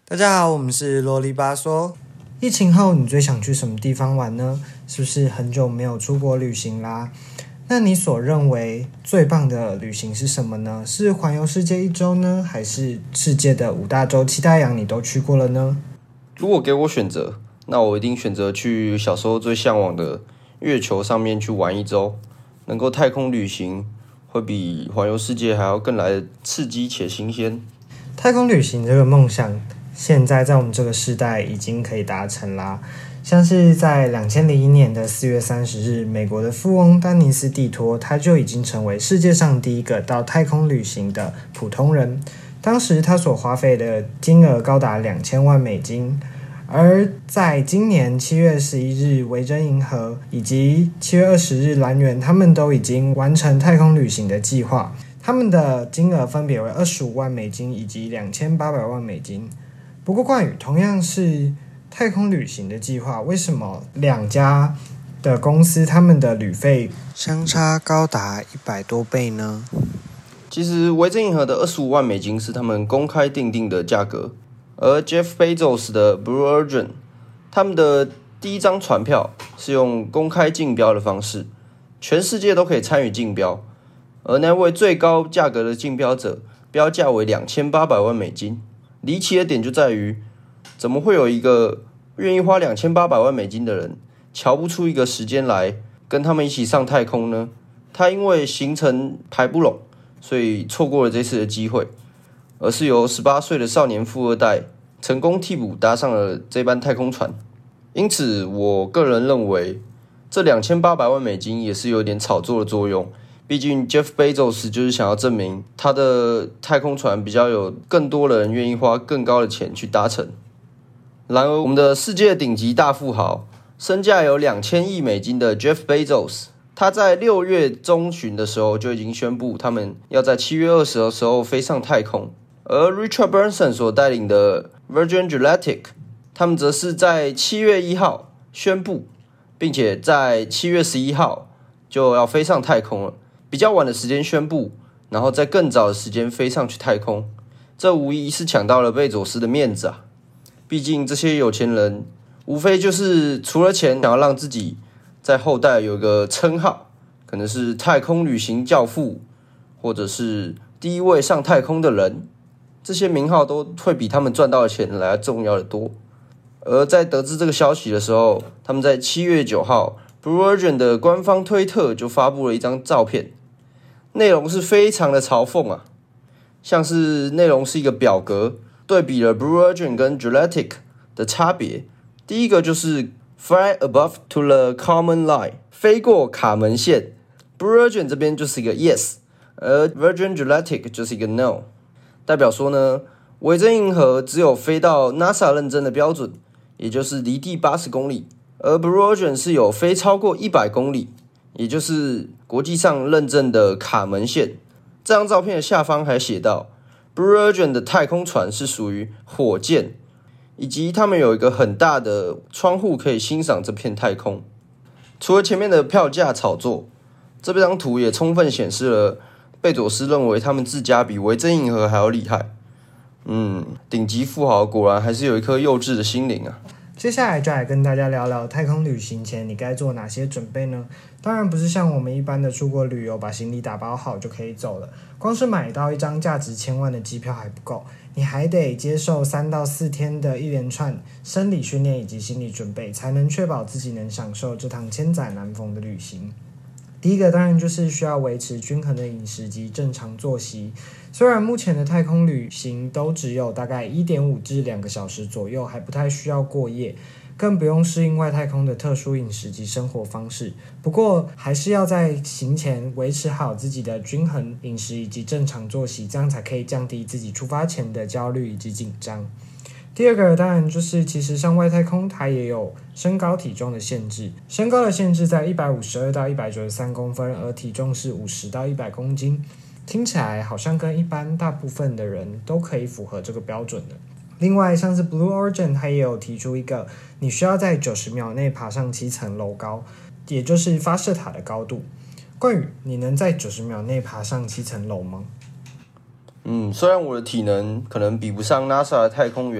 大家好，我们是啰里吧嗦。 疫情后，你最想去什么地方玩呢？是不是很久没有出国旅行啦？那你所认为最棒的旅行是什么呢？是环游世界一周呢，还是世界的5大洲7大洋你都去过了呢？ 如果给我选择，那我一定选择去小时候最向往的月球上面去玩一周。能够太空旅行，会比环游世界还要更来的刺激且新鲜。 太空旅行这个梦想，现在在我们这个时代已经可以达成啦。像是在2001年的4月30日，美国的富翁丹尼斯蒂托，他就已经成为世界上第一个到太空旅行的普通人。当时他所花费的金额高达2000万美金。而在今年7月11日，维珍银河以及7月20日蓝源，他们都已经完成太空旅行的计划。他们的金额分别为25万美金以及2800万美金。不过冠宇，同样是太空旅行的计划，为什么两家的公司他们的旅费相差高达100多倍呢？ 其实维珍银河的25万美金是他们公开订定的价格，而 Jeff Bezos 的 Blue Origin 他们的第一张船票是用公开竞标的方式，全世界都可以参与竞标，而那位最高价格的竞标者标价为2800万美金。离奇的点就在于，怎么会有一个愿意花2800万美金的人瞧不出一个时间来跟他们一起上太空呢？他因为行程排不拢，所以错过了这次的机会，而是由18岁的少年富二代成功替补搭上了这班太空船。因此我个人认为这2800万美金也是有点炒作的作用，毕竟 Jeff Bezos 就是想要证明他的太空船比较有更多人愿意花更高的钱去搭乘。然而我们的世界顶级大富豪，身价有2000亿美金的 Jeff Bezos， 他在6月中旬的时候就已经宣布他们要在7月20的时候飞上太空。而 Richard Branson 所带领的 Virgin Galactic， 他们则是在7月1号宣布，并且在7月11号就要飞上太空了。比较晚的时间宣布，然后在更早的时间飞上去太空，这无疑是抢到了贝佐斯的面子啊！毕竟这些有钱人无非就是除了钱，想要让自己在后代有一个称号，可能是太空旅行教父，或者是第一位上太空的人，这些名号都会比他们赚到的钱来得重要的多。而在得知这个消息的时候，他们在7月9号 Blue Origin 的官方推特就发布了一张照片，内容是非常的嘲讽啊，像是内容是一个表格，对比了 Blue Origin 跟 Galactic 的差别。第一个就是 Fly above to the common line， 飞过卡门线。Blue Origin 这边就是一个 yes， 而 Virgin Galactic 就是一个 no， 代表说呢，维珍银河只有飞到 NASA 认证的标准，也就是离地80公里，而 Blue Origin 是有飞超过100公里，也就是国际上认证的卡门线。这张照片的下方还写到 Blue Origin 的太空船是属于火箭，以及他们有一个很大的窗户可以欣赏这片太空。除了前面的票价炒作，这张图也充分显示了贝佐斯认为他们自家比维珍银河还要厉害。顶级富豪果然还是有一颗幼稚的心灵啊。 接下来就来跟大家聊聊太空旅行前你该做哪些准备呢？当然不是像我们一般的出国旅游，把行李打包好就可以走了。光是买到一张价值1000万的机票还不够，你还得接受3到4天的一连串生理训练以及心理准备，才能确保自己能享受这趟千载难逢的旅行。第一个当然就是需要维持均衡的饮食及正常作息。虽然目前的太空旅行都只有大概 1.5 至2个小时左右，还不太需要过夜，更不用适应外太空的特殊饮食及生活方式。不过还是要在行前维持好自己的均衡饮食以及正常作息，这样才可以降低自己出发前的焦虑以及紧张。第二个当然就是其实上外太空它也有身高体重的限制，身高的限制在152到193公分，而体重是50到100公斤。听起来好像跟一般大部分的人都可以符合这个标准的。另外像是 Blue Origin 它也有提出一个你需要在90秒内爬上7层楼高，也就是发射塔的高度。冠宇，你能在90秒内爬上7层楼吗？ 虽然我的体能可能比不上 NASA 的太空员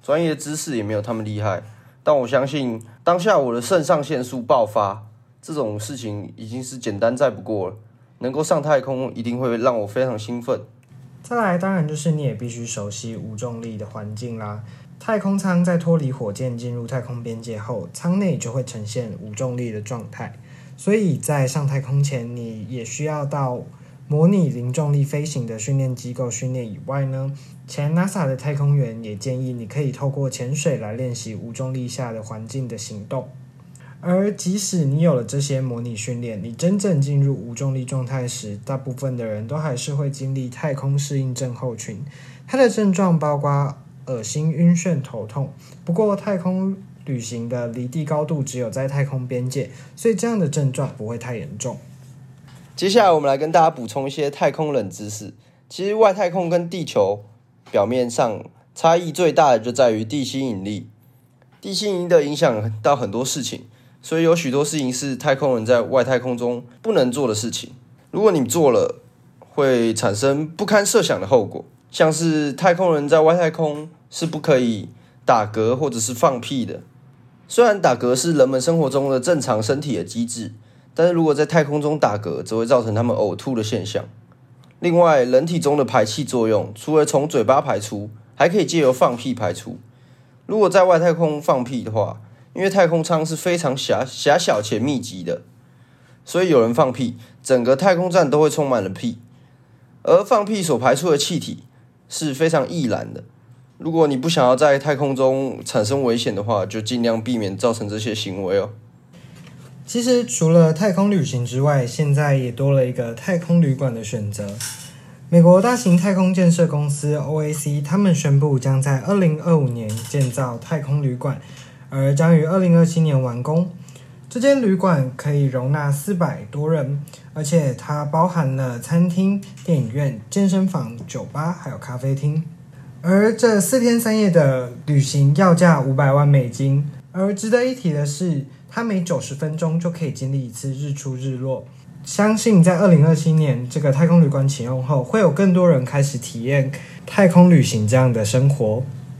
专业知识也没有他们厉害。但我相信当下我的肾上腺素爆发，这种事情已经是简单再不过了。能够上太空一定会让我非常兴奋。 再来，当然就是你也必须熟悉无重力的环境啦。太空舱在脱离火箭进入太空边界后，舱内就会呈现无重力的状态，所以在上太空前，你也需要到模拟零重力飞行的训练机构训练以外呢，前 NASA 的太空员也建议你可以透过潜水来练习无重力下的环境的行动。而即使你有了这些模拟训练，你真正进入无重力状态时，大部分的人都还是会经历太空适应症候群。它的症状包括恶心、晕眩、头痛。不过太空旅行的离地高度只有在太空边界，所以这样的症状不会太严重。 接下来我们来跟大家补充一些太空冷知识。其实外太空跟地球表面上差异最大的就在于地心引力。地心引力的影响到很多事情，所以有许多事情是太空人在外太空中不能做的事情。如果你做了，会产生不堪设想的后果。像是太空人在外太空是不可以打嗝或者是放屁的。虽然打嗝是人们生活中的正常身体的机制，但是如果在太空中打嗝，则会造成他们呕吐的现象。另外，人体中的排气作用，除了从嘴巴排出，还可以借由放屁排出。如果在外太空放屁的话，因为太空舱是非常狭小且密集的，所以有人放屁，整个太空站都会充满了屁。而放屁所排出的气体是非常易燃的。如果你不想要在太空中产生危险的话，就尽量避免造成这些行为哦。 其实除了太空旅行之外，现在也多了一个太空旅馆的选择。美国大型太空建设公司 OAC 他们宣布将在2025年建造太空旅馆，而将于2027年完工。这间旅馆可以容纳400多人，而且它包含了餐厅、电影院、健身房、酒吧还有咖啡厅。而这4天3夜的旅行要价500万美金。而值得一提的是，它每90分钟就可以经历一次日出日落。相信在2027年这个太空旅馆启用后，会有更多人开始体验太空旅行这样的生活。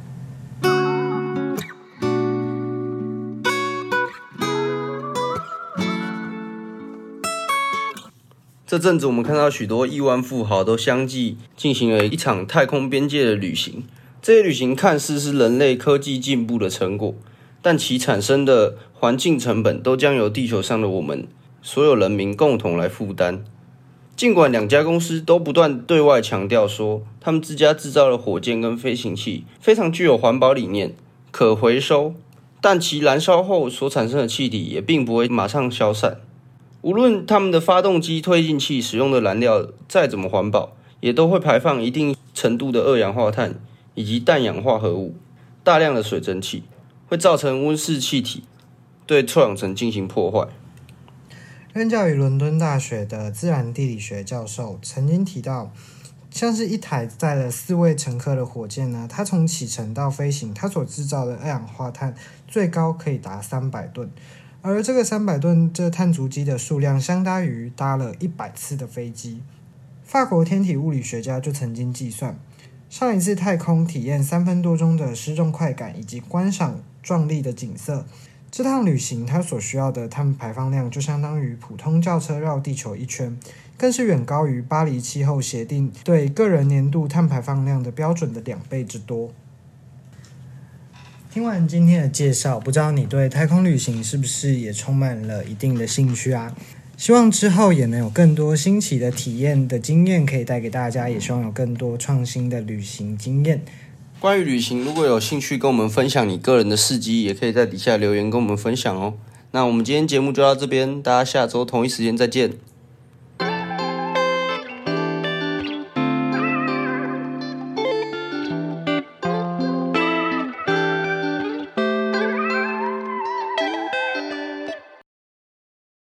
这阵子我们看到许多亿万富豪都相继进行了一场太空边界的旅行。这些旅行看似是人类科技进步的成果，但其产生的环境成本都将由地球上的我们所有人民共同来负担。尽管两家公司都不断对外强调说，他们自家制造的火箭跟飞行器非常具有环保理念，可回收，但其燃烧后所产生的气体也并不会马上消散。无论他们的发动机推进器使用的燃料再怎么环保，也都会排放一定程度的二氧化碳以及氮氧化合物，大量的水蒸气，会造成温室气体，对臭氧层进行破坏。 任教于伦敦大学的自然地理学教授曾经提到，像是一台载了4位乘客的火箭呢，它从启程到飞行，它所制造的二氧化碳最高可以达300吨。而这个300吨这碳足迹的数量相当于搭了100次的飞机。法国天体物理学家就曾经计算，上一次太空体验3分多钟的失重快感以及观赏壮丽的景色，这趟旅行它所需要的碳排放量就相当于普通轿车绕地球1圈，更是远高于巴黎气候协定对个人年度碳排放量的标准的2倍之多。听完今天的介绍，不知道你对太空旅行是不是也充满了一定的兴趣啊？希望之后也能有更多新奇的体验的经验可以带给大家，也希望有更多创新的旅行经验。 关于旅行，如果有兴趣跟我们分享你个人的事迹，也可以在底下留言跟我们分享哦。那我们今天节目就到这边，大家下周同一时间再见。